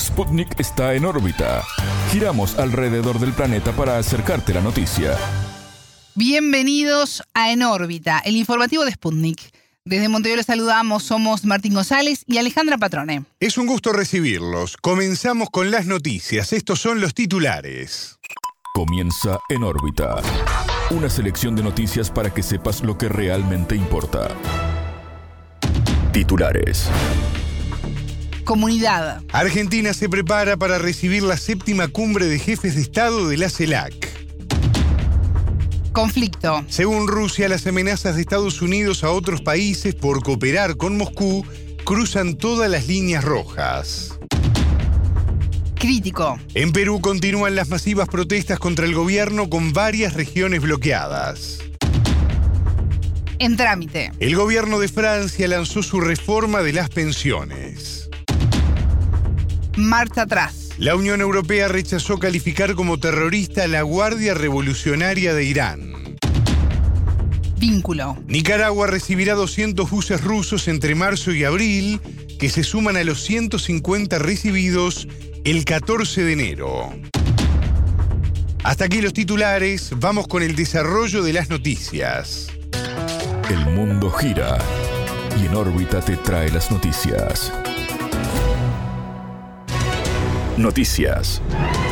Sputnik está en órbita. Giramos alrededor del planeta para acercarte la noticia. Bienvenidos a En órbita, el informativo de Sputnik. Desde Montevideo les saludamos, somos Martín González y Alejandra Patrone. Es un gusto recibirlos. Comenzamos con las noticias. Estos son los titulares. Comienza En órbita. Una selección de noticias para que sepas lo que realmente importa. Titulares. Comunidad. Argentina se prepara para recibir la 7ª cumbre de jefes de Estado de la CELAC. Conflicto. Según Rusia, las amenazas de Estados Unidos a otros países por cooperar con Moscú cruzan todas las líneas rojas. Crítico. En Perú continúan las masivas protestas contra el gobierno con varias regiones bloqueadas. En trámite. El gobierno de Francia lanzó su reforma de las pensiones. Marcha atrás. La Unión Europea rechazó calificar como terrorista a la Guardia Revolucionaria de Irán. Vínculo. Nicaragua recibirá 200 buses rusos entre marzo y abril, que se suman a los 150 recibidos el 14 de enero. Hasta aquí los titulares, vamos con el desarrollo de las noticias. El mundo gira y En órbita te trae las noticias. Noticias.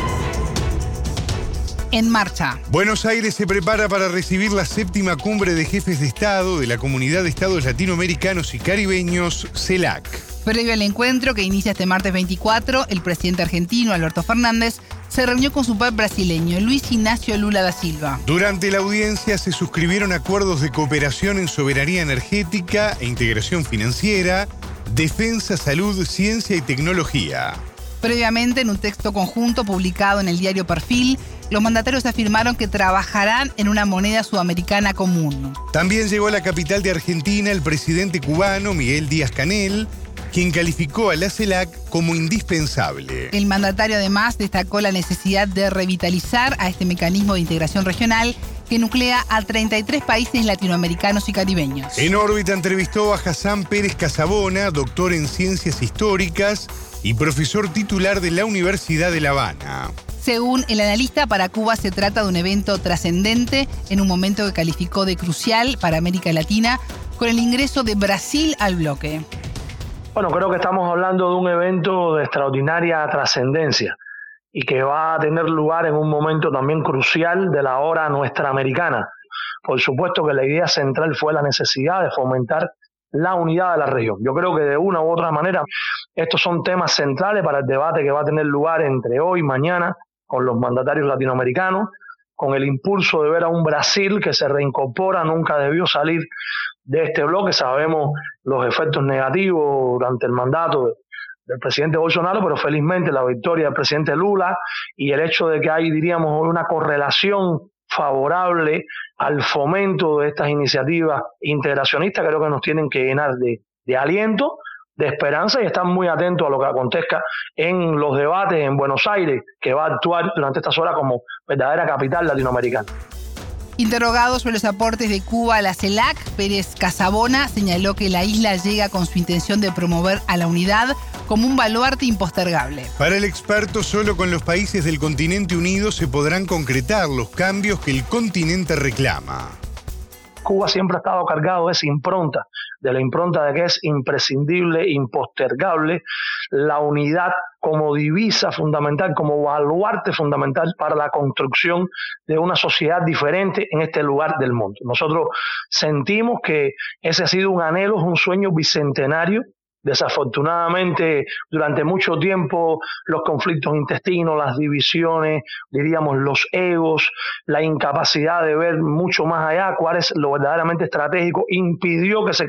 En marcha. Buenos Aires se prepara para recibir la 7ª cumbre de jefes de Estado de la Comunidad de Estados Latinoamericanos y Caribeños, CELAC. Previo al encuentro que inicia este martes 24, el presidente argentino, Alberto Fernández, se reunió con su par brasileño, Luis Ignacio Lula da Silva. Durante la audiencia se suscribieron acuerdos de cooperación en soberanía energética e integración financiera, defensa, salud, ciencia y tecnología. Previamente, en un texto conjunto publicado en el diario Perfil, los mandatarios afirmaron que trabajarán en una moneda sudamericana común. También llegó a la capital de Argentina el presidente cubano Miguel Díaz-Canel, quien calificó a la CELAC como indispensable. El mandatario además destacó la necesidad de revitalizar a este mecanismo de integración regional que nuclea a 33 países latinoamericanos y caribeños. En órbita entrevistó a Hassan Pérez Casabona, doctor en Ciencias Históricas y profesor titular de la Universidad de La Habana. Según el analista, para Cuba se trata de un evento trascendente en un momento que calificó de crucial para América Latina con el ingreso de Brasil al bloque. Bueno, creo que estamos hablando de un evento de extraordinaria trascendencia y que va a tener lugar en un momento también crucial de la hora nuestra americana. Por supuesto que la idea central fue la necesidad de fomentar la unidad de la región. Yo creo que de una u otra manera estos son temas centrales para el debate que va a tener lugar entre hoy y mañana con los mandatarios latinoamericanos, con el impulso de ver a un Brasil que se reincorpora, nunca debió salir de este bloque. Sabemos los efectos negativos durante el mandato del presidente Bolsonaro, pero felizmente la victoria del presidente Lula y el hecho de que hay, diríamos, una correlación favorable al fomento de estas iniciativas integracionistas, creo que nos tienen que llenar de aliento, de esperanza, y estar muy atentos a lo que acontezca en los debates en Buenos Aires, que va a actuar durante estas horas como verdadera capital latinoamericana. Interrogado sobre los aportes de Cuba a la CELAC, Pérez Casabona señaló que la isla llega con su intención de promover a la unidad como un baluarte impostergable. Para el experto, solo con los países del continente unido se podrán concretar los cambios que el continente reclama. Cuba siempre ha estado cargado de esa impronta, de la impronta de que es imprescindible, impostergable, la unidad como divisa fundamental, como baluarte fundamental para la construcción de una sociedad diferente en este lugar del mundo. Nosotros sentimos que ese ha sido un anhelo, un sueño bicentenario. Desafortunadamente, durante mucho tiempo, los conflictos intestinos, las divisiones, diríamos los egos, la incapacidad de ver mucho más allá cuál es lo verdaderamente estratégico, impidió que se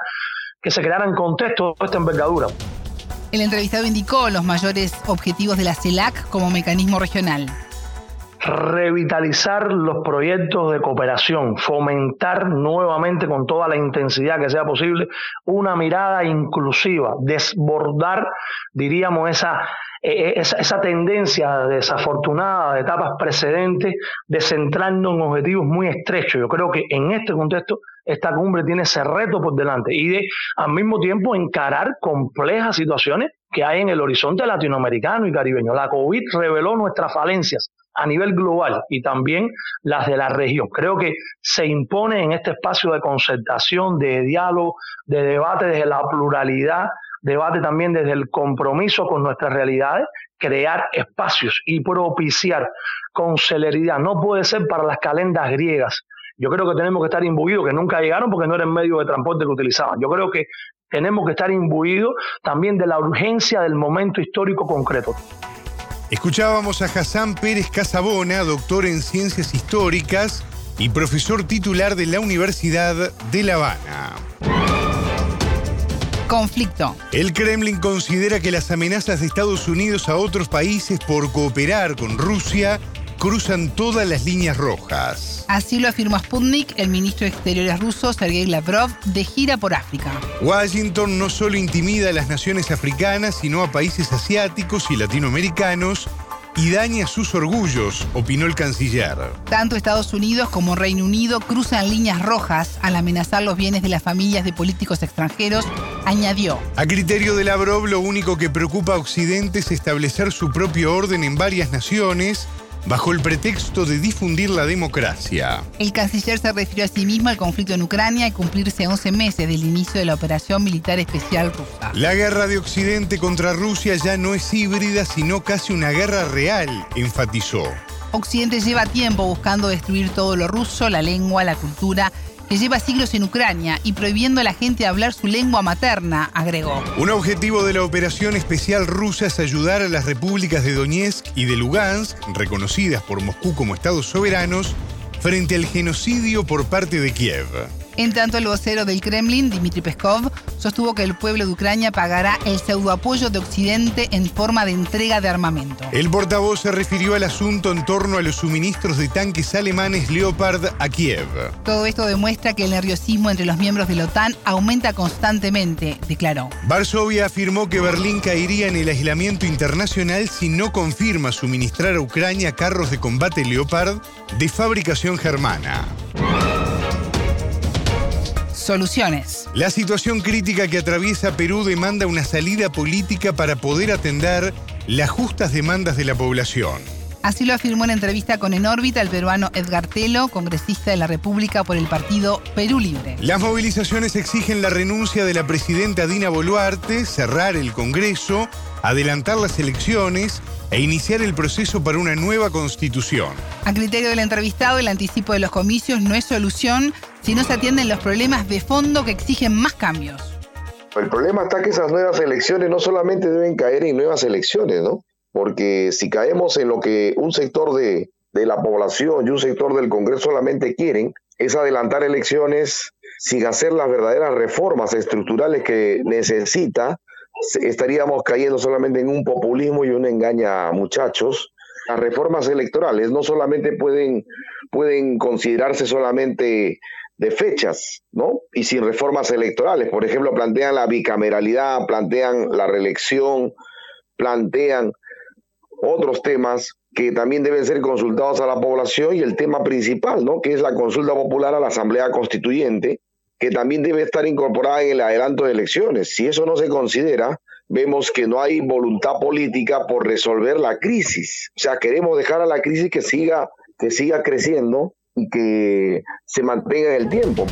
crearan contextos de esta envergadura. El entrevistado indicó los mayores objetivos de la CELAC como mecanismo regional. Revitalizar los proyectos de cooperación, fomentar nuevamente con toda la intensidad que sea posible una mirada inclusiva, desbordar, diríamos, esa tendencia desafortunada de etapas precedentes de centrarnos en objetivos muy estrechos. Yo creo que en este contexto esta cumbre tiene ese reto por delante y de al mismo tiempo encarar complejas situaciones que hay en el horizonte latinoamericano y caribeño. La COVID reveló nuestras falencias a nivel global y también las de la región. Creo que se impone en este espacio de concertación, de diálogo, de debate desde la pluralidad, debate también desde el compromiso con nuestras realidades, crear espacios y propiciar con celeridad. No puede ser para las calendas griegas. Yo creo que tenemos que estar imbuidos, que nunca llegaron porque no era el medio de transporte que utilizaban. Yo creo que tenemos que estar imbuidos también de la urgencia del momento histórico concreto. Escuchábamos a Hassan Pérez Casabona, doctor en Ciencias Históricas y profesor titular de la Universidad de La Habana. Conflicto. El Kremlin considera que las amenazas de Estados Unidos a otros países por cooperar con Rusia cruzan todas las líneas rojas. Así lo afirmó Sputnik, el ministro de Exteriores ruso, Sergei Lavrov, de gira por África. Washington no solo intimida a las naciones africanas, sino a países asiáticos y latinoamericanos y daña sus orgullos, opinó el canciller. Tanto Estados Unidos como Reino Unido cruzan líneas rojas al amenazar los bienes de las familias de políticos extranjeros, añadió. A criterio de Lavrov, lo único que preocupa a Occidente es establecer su propio orden en varias naciones, bajo el pretexto de difundir la democracia. El canciller se refirió a sí mismo al conflicto en Ucrania y cumplirse 11 meses del inicio de la operación militar especial rusa. La guerra de Occidente contra Rusia ya no es híbrida, sino casi una guerra real, enfatizó. Occidente lleva tiempo buscando destruir todo lo ruso, la lengua, la cultura, que lleva siglos en Ucrania y prohibiendo a la gente hablar su lengua materna, agregó. Un objetivo de la operación especial rusa es ayudar a las repúblicas de Donetsk y de Lugansk, reconocidas por Moscú como estados soberanos, frente al genocidio por parte de Kiev. En tanto, el vocero del Kremlin, Dmitry Peskov, sostuvo que el pueblo de Ucrania pagará el pseudoapoyo de Occidente en forma de entrega de armamento. El portavoz se refirió al asunto en torno a los suministros de tanques alemanes Leopard a Kiev. Todo esto demuestra que el nerviosismo entre los miembros de la OTAN aumenta constantemente, declaró. Varsovia afirmó que Berlín caería en el aislamiento internacional si no confirma suministrar a Ucrania carros de combate Leopard de fabricación germana. Soluciones. La situación crítica que atraviesa Perú demanda una salida política para poder atender las justas demandas de la población. Así lo afirmó en entrevista con En órbita el peruano Edgar Telo, congresista de la República por el partido Perú Libre. Las movilizaciones exigen la renuncia de la presidenta Dina Boluarte, cerrar el Congreso, adelantar las elecciones e iniciar el proceso para una nueva constitución. A criterio del entrevistado, el anticipo de los comicios no es solución si no se atienden los problemas de fondo que exigen más cambios. El problema está que esas nuevas elecciones no solamente deben caer en nuevas elecciones, ¿no? Porque si caemos en lo que un sector de la población y un sector del Congreso solamente quieren, es adelantar elecciones sin hacer las verdaderas reformas estructurales que necesita, estaríamos cayendo solamente en un populismo y un engaña muchachos. Las reformas electorales no solamente pueden considerarse solamente de fechas, ¿no? Y sin reformas electorales. Por ejemplo, plantean la bicameralidad, plantean la reelección, plantean otros temas que también deben ser consultados a la población y el tema principal, ¿no? Que es la consulta popular a la Asamblea Constituyente, que también debe estar incorporada en el adelanto de elecciones. Si eso no se considera, vemos que no hay voluntad política por resolver la crisis. O sea, queremos dejar a la crisis que siga creciendo y que se mantenga en el tiempo.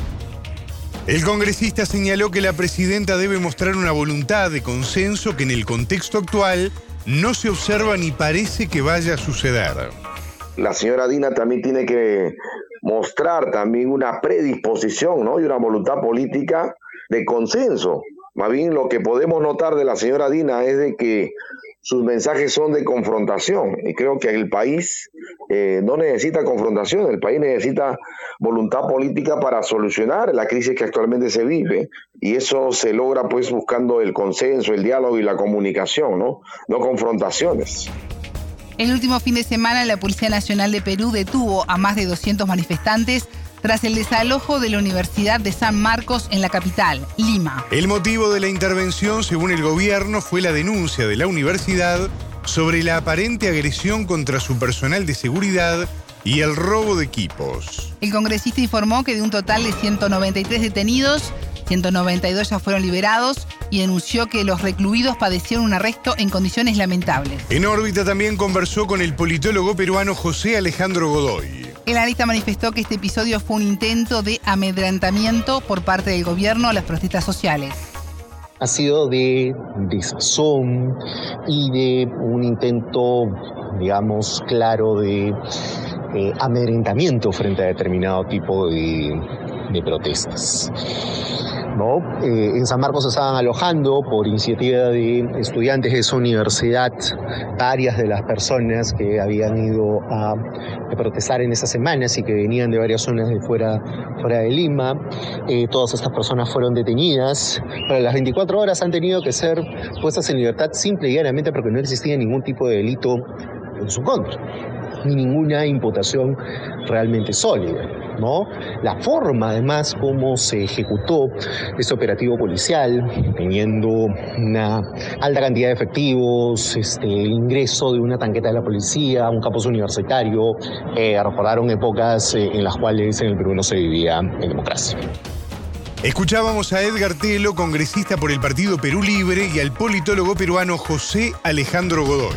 El congresista señaló que la presidenta debe mostrar una voluntad de consenso que en el contexto actual no se observa ni parece que vaya a suceder. La señora Dina también tiene que mostrar también una predisposición, ¿no? Y una voluntad política de consenso. Más bien lo que podemos notar de la señora Dina es de que sus mensajes son de confrontación y creo que el país no necesita confrontación, el país necesita voluntad política para solucionar la crisis que actualmente se vive y eso se logra pues buscando el consenso, el diálogo y la comunicación, no confrontaciones. El último fin de semana la Policía Nacional de Perú detuvo a más de 200 manifestantes tras el desalojo de la Universidad de San Marcos en la capital, Lima. El motivo de la intervención, según el gobierno, fue la denuncia de la universidad sobre la aparente agresión contra su personal de seguridad y el robo de equipos. El congresista informó que de un total de 193 detenidos, 192 ya fueron liberados y denunció que los recluidos padecieron un arresto en condiciones lamentables. En órbita también conversó con el politólogo peruano José Alejandro Godoy. El analista manifestó que este episodio fue un intento de amedrentamiento por parte del gobierno a las protestas sociales. Ha sido de desazón y de un intento, digamos, claro de amedrentamiento frente a determinado tipo de protestas, ¿no? En San Marcos se estaban alojando por iniciativa de estudiantes de esa universidad varias de las personas que habían ido a protestar en esas semanas y que venían de varias zonas de fuera de Lima. Todas estas personas fueron detenidas, pero las 24 horas han tenido que ser puestas en libertad simple y llanamente porque no existía ningún tipo de delito en su contra, ni ninguna imputación realmente sólida, ¿no? La forma, además, como se ejecutó este operativo policial, teniendo una alta cantidad de efectivos, el ingreso de una tanqueta de la policía, un campus universitario, recordaron épocas en las cuales en el Perú no se vivía en democracia. Escuchábamos a Edgar Telo, congresista por el Partido Perú Libre, y al politólogo peruano José Alejandro Godoy.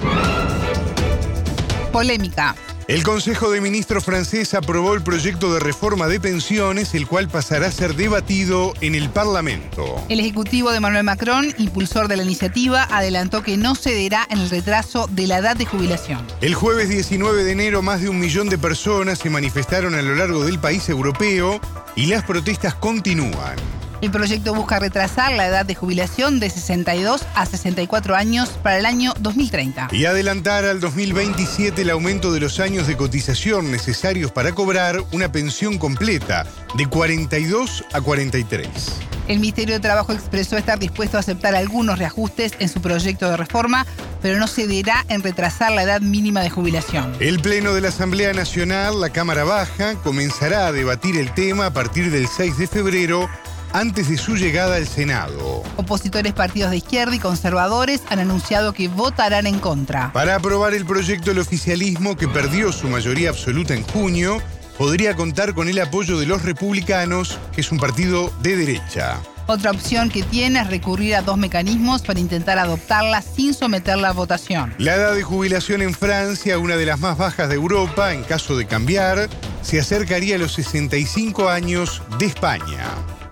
Polémica. El Consejo de Ministros francés aprobó el proyecto de reforma de pensiones, el cual pasará a ser debatido en el Parlamento. El ejecutivo de Emmanuel Macron, impulsor de la iniciativa, adelantó que no cederá en el retraso de la edad de jubilación. El jueves 19 de enero, más de 1 millón de personas se manifestaron a lo largo del país europeo y las protestas continúan. El proyecto busca retrasar la edad de jubilación de 62 a 64 años para el año 2030. Y adelantar al 2027 el aumento de los años de cotización necesarios para cobrar una pensión completa de 42 a 43. El Ministerio de Trabajo expresó estar dispuesto a aceptar algunos reajustes en su proyecto de reforma, pero no cederá en retrasar la edad mínima de jubilación. El Pleno de la Asamblea Nacional, la Cámara Baja, comenzará a debatir el tema a partir del 6 de febrero, antes de su llegada al Senado. Opositores, partidos de izquierda y conservadores han anunciado que votarán en contra. Para aprobar el proyecto, el oficialismo, que perdió su mayoría absoluta en junio, podría contar con el apoyo de los republicanos, que es un partido de derecha. Otra opción que tiene es recurrir a 2 mecanismos para intentar adoptarla sin someterla a votación. La edad de jubilación en Francia, una de las más bajas de Europa, en caso de cambiar, se acercaría a los 65 años de España.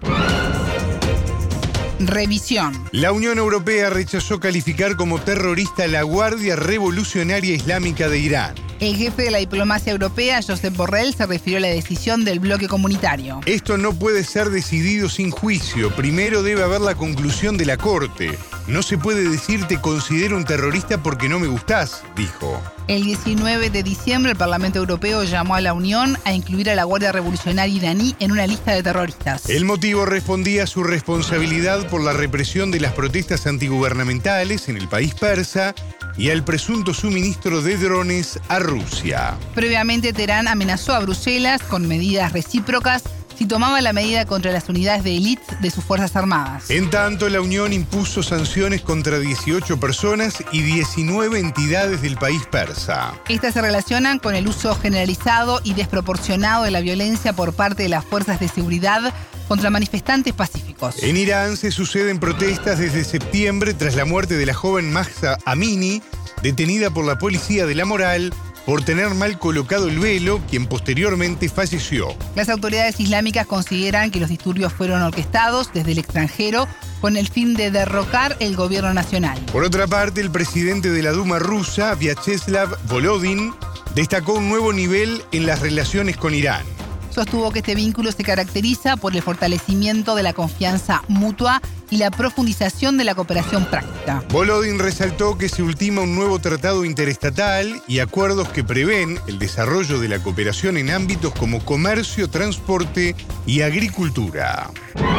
Revisión. La Unión Europea rechazó calificar como terrorista a la Guardia Revolucionaria Islámica de Irán. El jefe de la diplomacia europea, Josep Borrell, se refirió a la decisión del bloque comunitario. Esto no puede ser decidido sin juicio. Primero debe haber la conclusión de la Corte. No se puede decir te considero un terrorista porque no me gustás, dijo. El 19 de diciembre, el Parlamento Europeo llamó a la Unión a incluir a la Guardia Revolucionaria iraní en una lista de terroristas. El motivo respondía a su responsabilidad por la represión de las protestas antigubernamentales en el país persa y al presunto suministro de drones a Rusia. Previamente, Teherán amenazó a Bruselas con medidas recíprocas si tomaba la medida contra las unidades de élite de sus Fuerzas Armadas. En tanto, la Unión impuso sanciones contra 18 personas y 19 entidades del país persa. Estas se relacionan con el uso generalizado y desproporcionado de la violencia por parte de las fuerzas de seguridad contra manifestantes pacíficos. En Irán se suceden protestas desde septiembre tras la muerte de la joven Mahsa Amini, detenida por la policía de la moral por tener mal colocado el velo, quien posteriormente falleció. Las autoridades islámicas consideran que los disturbios fueron orquestados desde el extranjero con el fin de derrocar el gobierno nacional. Por otra parte, el presidente de la Duma rusa, Vyacheslav Volodin, destacó un nuevo nivel en las relaciones con Irán. Sostuvo que este vínculo se caracteriza por el fortalecimiento de la confianza mutua y la profundización de la cooperación práctica. Volodin resaltó que se ultima un nuevo tratado interestatal y acuerdos que prevén el desarrollo de la cooperación en ámbitos como comercio, transporte y agricultura.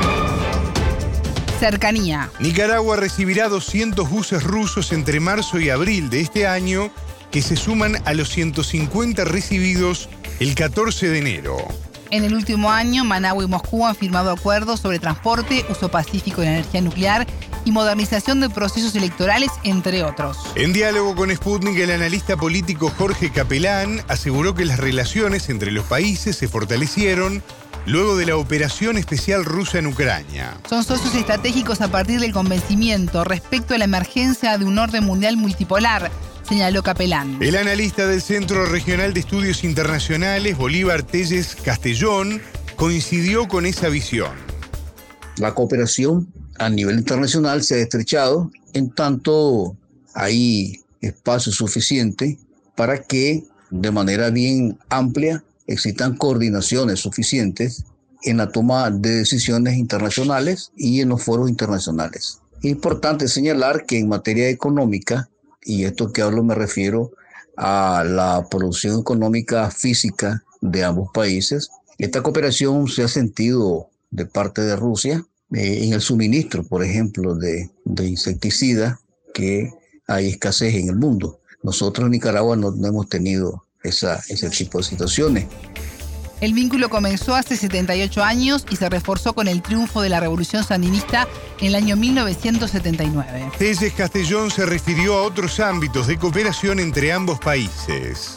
Cercanía. Nicaragua recibirá 200 buses rusos entre marzo y abril de este año, que se suman a los 150 recibidos el 14 de enero. En el último año, Managua y Moscú han firmado acuerdos sobre transporte, uso pacífico de la energía nuclear y modernización de procesos electorales, entre otros. En diálogo con Sputnik, el analista político Jorge Capelán aseguró que las relaciones entre los países se fortalecieron luego de la operación especial rusa en Ucrania. Son socios estratégicos a partir del convencimiento respecto a la emergencia de un orden mundial multipolar, señaló Capelán. El analista del Centro Regional de Estudios Internacionales, Bolívar Telles Castellón, coincidió con esa visión. La cooperación a nivel internacional se ha estrechado, en tanto hay espacio suficiente para que de manera bien amplia existan coordinaciones suficientes en la toma de decisiones internacionales y en los foros internacionales. Es importante señalar que en materia económica, y esto que hablo me refiero a la producción económica física de ambos países, esta cooperación se ha sentido de parte de Rusia en el suministro, por ejemplo, de insecticidas, que hay escasez en el mundo. Nosotros en Nicaragua no hemos tenido ese tipo de situaciones. El vínculo comenzó hace 78 años y se reforzó con el triunfo de la Revolución Sandinista en el año 1979. Telles Castellón se refirió a otros ámbitos de cooperación entre ambos países.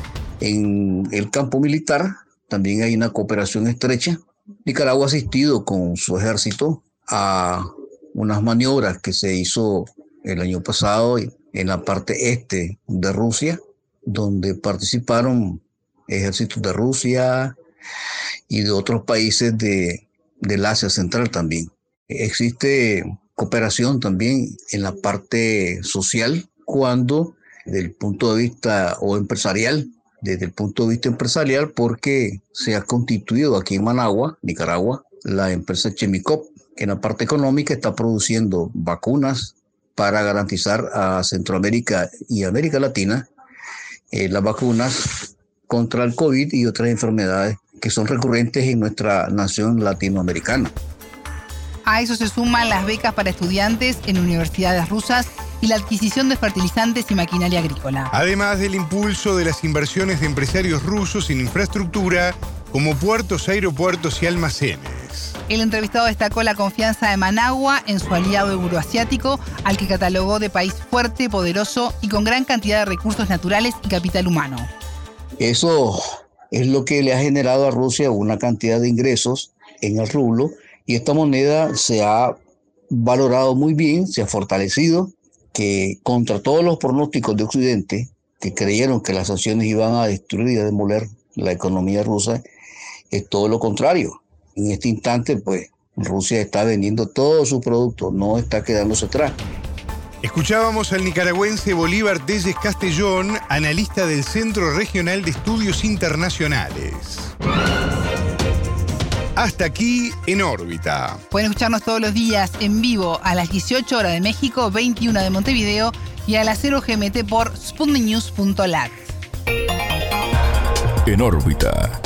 En el campo militar también hay una cooperación estrecha. Nicaragua ha asistido con su ejército a unas maniobras que se hizo el año pasado en la parte este de Rusia, donde participaron ejércitos de Rusia y de otros países del Asia Central también. Existe cooperación también en la parte social, cuando desde el punto de vista empresarial, porque se ha constituido aquí en Managua, Nicaragua, la empresa Chemicop, que en la parte económica está produciendo vacunas para garantizar a Centroamérica y América Latina las vacunas contra el COVID y otras enfermedades que son recurrentes en nuestra nación latinoamericana. A eso se suman las becas para estudiantes en universidades rusas y la adquisición de fertilizantes y maquinaria agrícola. Además del impulso de las inversiones de empresarios rusos en infraestructura como puertos, aeropuertos y almacenes. El entrevistado destacó la confianza de Managua en su aliado euroasiático, al que catalogó de país fuerte, poderoso y con gran cantidad de recursos naturales y capital humano. Eso es lo que le ha generado a Rusia una cantidad de ingresos en el rublo, y esta moneda se ha valorado muy bien, se ha fortalecido, que contra todos los pronósticos de Occidente, que creyeron que las sanciones iban a destruir y a demoler la economía rusa, es todo lo contrario. En este instante, pues, Rusia está vendiendo todos sus productos, no está quedándose atrás. Escuchábamos al nicaragüense Bolívar Telles Castellón, analista del Centro Regional de Estudios Internacionales. Hasta aquí En órbita. Pueden escucharnos todos los días en vivo a las 18 horas de México, 21 de Montevideo y a las 0 GMT por sputniknews.lat. En órbita.